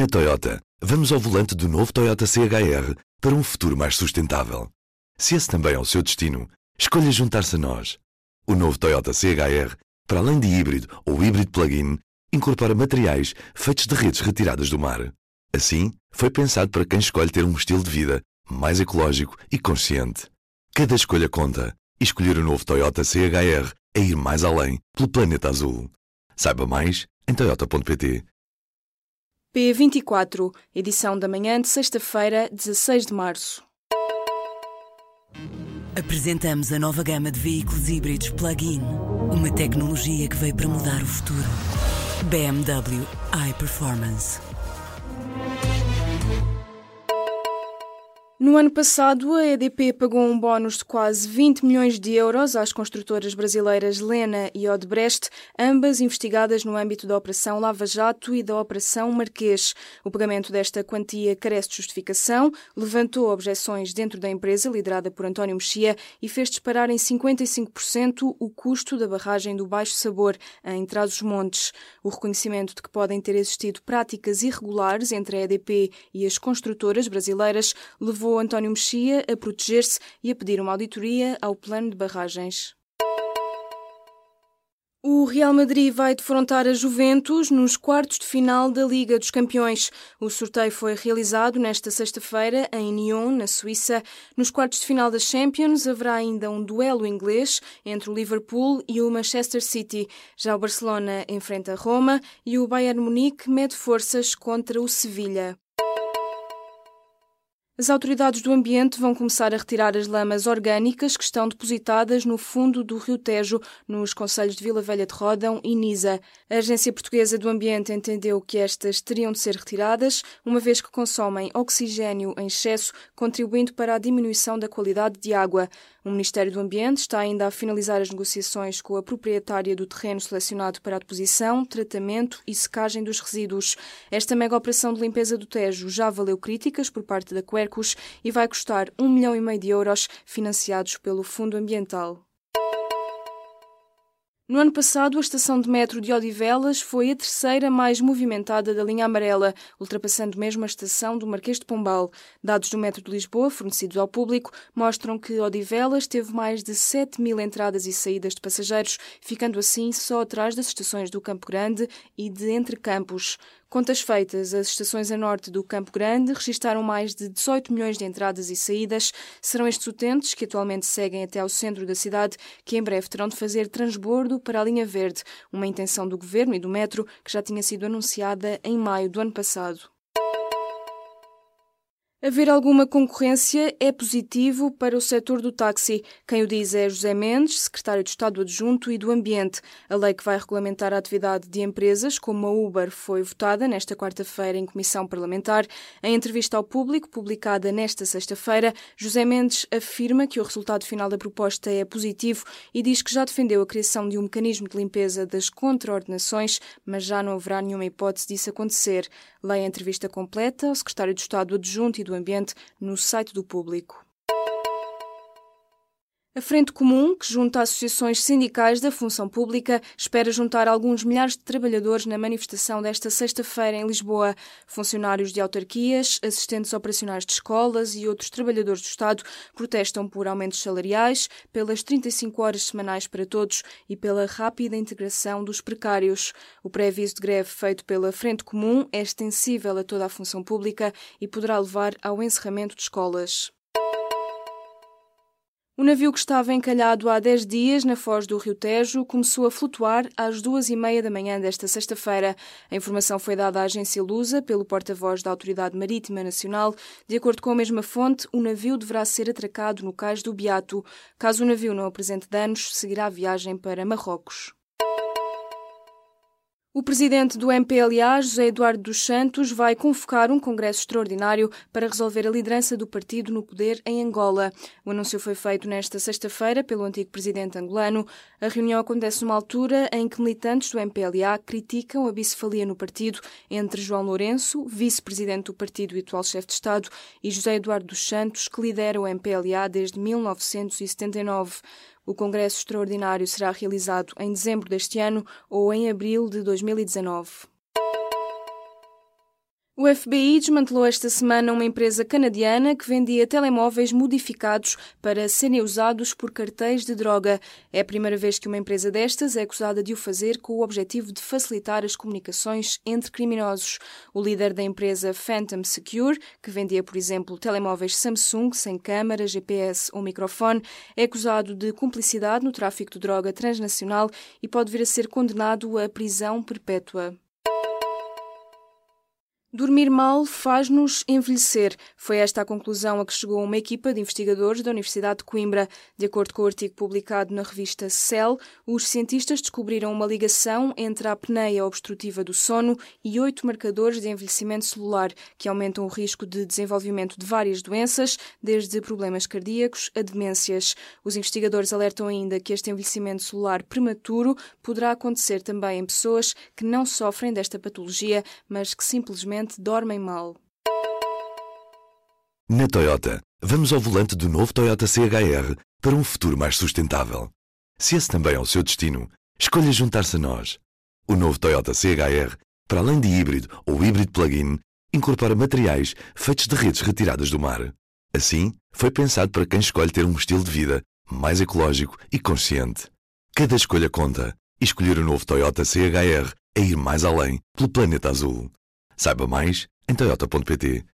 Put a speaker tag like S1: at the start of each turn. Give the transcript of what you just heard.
S1: Na Toyota, vamos ao volante do novo Toyota CHR para um futuro mais sustentável. Se esse também é o seu destino, escolha juntar-se a nós. O novo Toyota CHR, para além de híbrido ou híbrido plug-in, incorpora materiais feitos de redes retiradas do mar. Assim, foi pensado para quem escolhe ter um estilo de vida mais ecológico e consciente. Cada escolha conta, e escolher o novo Toyota CHR é ir mais além pelo planeta azul. Saiba mais em toyota.pt.
S2: P24, edição da manhã de sexta-feira, 16 de março.
S3: Apresentamos a nova gama de veículos híbridos plug-in. Uma tecnologia que veio para mudar o futuro. BMW iPerformance.
S2: No ano passado, a EDP pagou um bónus de quase 20 milhões de euros às construtoras brasileiras Lena e Odebrecht, ambas investigadas no âmbito da Operação Lava Jato e da Operação Marquês. O pagamento desta quantia carece de justificação, levantou objeções dentro da empresa, liderada por António Mexia, e fez disparar em 55% o custo da barragem do Baixo Sabor, em Trás-os-Montes. O reconhecimento de que podem ter existido práticas irregulares entre a EDP e as construtoras brasileiras levou António Mexia a proteger-se e a pedir uma auditoria ao plano de barragens. O Real Madrid vai defrontar a Juventus nos quartos de final da Liga dos Campeões. O sorteio foi realizado nesta sexta-feira em Nyon, na Suíça. Nos quartos de final da Champions haverá ainda um duelo inglês entre o Liverpool e o Manchester City. Já o Barcelona enfrenta a Roma e o Bayern Munique mede forças contra o Sevilha. As autoridades do ambiente vão começar a retirar as lamas orgânicas que estão depositadas no fundo do Rio Tejo, nos concelhos de Vila Velha de Ródão e Nisa. A Agência Portuguesa do Ambiente entendeu que estas teriam de ser retiradas, uma vez que consomem oxigênio em excesso, contribuindo para a diminuição da qualidade de água. O Ministério do Ambiente está ainda a finalizar as negociações com a proprietária do terreno selecionado para a deposição, tratamento e secagem dos resíduos. Esta mega operação de limpeza do Tejo já valeu críticas por parte da Quercus e vai custar 1,5 milhão de euros, financiados pelo Fundo Ambiental. No ano passado, a estação de metro de Odivelas foi a terceira mais movimentada da linha amarela, ultrapassando mesmo a estação do Marquês de Pombal. Dados do metro de Lisboa, fornecidos ao público, mostram que Odivelas teve mais de 7.000 entradas e saídas de passageiros, ficando assim só atrás das estações do Campo Grande e de Entre Campos. Contas feitas, as estações a norte do Campo Grande registaram mais de 18 milhões de entradas e saídas. Serão estes utentes, que atualmente seguem até ao centro da cidade, que em breve terão de fazer transbordo para a linha verde, uma intenção do Governo e do metro que já tinha sido anunciada em maio do ano passado. Haver alguma concorrência é positivo para o setor do táxi. Quem o diz é José Mendes, secretário de Estado Adjunto e do Ambiente. A lei que vai regulamentar a atividade de empresas como a Uber foi votada nesta quarta-feira em comissão parlamentar. Em entrevista ao público, publicada nesta sexta-feira, José Mendes afirma que o resultado final da proposta é positivo e diz que já defendeu a criação de um mecanismo de limpeza das contraordenações, mas já não haverá nenhuma hipótese disso acontecer. Leia a entrevista completa ao secretário de Estado Adjunto e do Ambiente no site do Público. A Frente Comum, que junta associações sindicais da função pública, espera juntar alguns milhares de trabalhadores na manifestação desta sexta-feira em Lisboa. Funcionários de autarquias, assistentes operacionais de escolas e outros trabalhadores do Estado protestam por aumentos salariais, pelas 35 horas semanais para todos e pela rápida integração dos precários. O pré-aviso de greve feito pela Frente Comum é extensível a toda a função pública e poderá levar ao encerramento de escolas. O navio que estava encalhado há 10 dias na foz do Rio Tejo começou a flutuar às 2h30 da manhã desta sexta-feira. A informação foi dada à agência Lusa pelo porta-voz da Autoridade Marítima Nacional. De acordo com a mesma fonte, o navio deverá ser atracado no cais do Beato. Caso o navio não apresente danos, seguirá a viagem para Marrocos. O presidente do MPLA, José Eduardo dos Santos, vai convocar um congresso extraordinário para resolver a liderança do partido no poder em Angola. O anúncio foi feito nesta sexta-feira pelo antigo presidente angolano. A reunião acontece numa altura em que militantes do MPLA criticam a bicefalia no partido entre João Lourenço, vice-presidente do partido e atual chefe de Estado, e José Eduardo dos Santos, que lidera o MPLA desde 1979. O Congresso Extraordinário será realizado em dezembro deste ano ou em abril de 2019. O FBI desmantelou esta semana uma empresa canadiana que vendia telemóveis modificados para serem usados por cartéis de droga. É a primeira vez que uma empresa destas é acusada de o fazer com o objetivo de facilitar as comunicações entre criminosos. O líder da empresa Phantom Secure, que vendia, por exemplo, telemóveis Samsung sem câmara, GPS ou microfone, é acusado de cumplicidade no tráfico de droga transnacional e pode vir a ser condenado à prisão perpétua. Dormir mal faz-nos envelhecer. Foi esta a conclusão a que chegou uma equipa de investigadores da Universidade de Coimbra. De acordo com o artigo publicado na revista Cell, os cientistas descobriram uma ligação entre a apneia obstrutiva do sono e 8 marcadores de envelhecimento celular, que aumentam o risco de desenvolvimento de várias doenças, desde problemas cardíacos a demências. Os investigadores alertam ainda que este envelhecimento celular prematuro poderá acontecer também em pessoas que não sofrem desta patologia, mas que simplesmente dormem mal.
S1: Na Toyota, vamos ao volante do novo Toyota CHR para um futuro mais sustentável. Se esse também é o seu destino, escolha juntar-se a nós. O novo Toyota CHR, para além de híbrido ou híbrido plug-in, incorpora materiais feitos de redes retiradas do mar. Assim, foi pensado para quem escolhe ter um estilo de vida mais ecológico e consciente. Cada escolha conta, e escolher o novo Toyota CHR é ir mais além pelo planeta azul. Saiba mais em toyota.pt.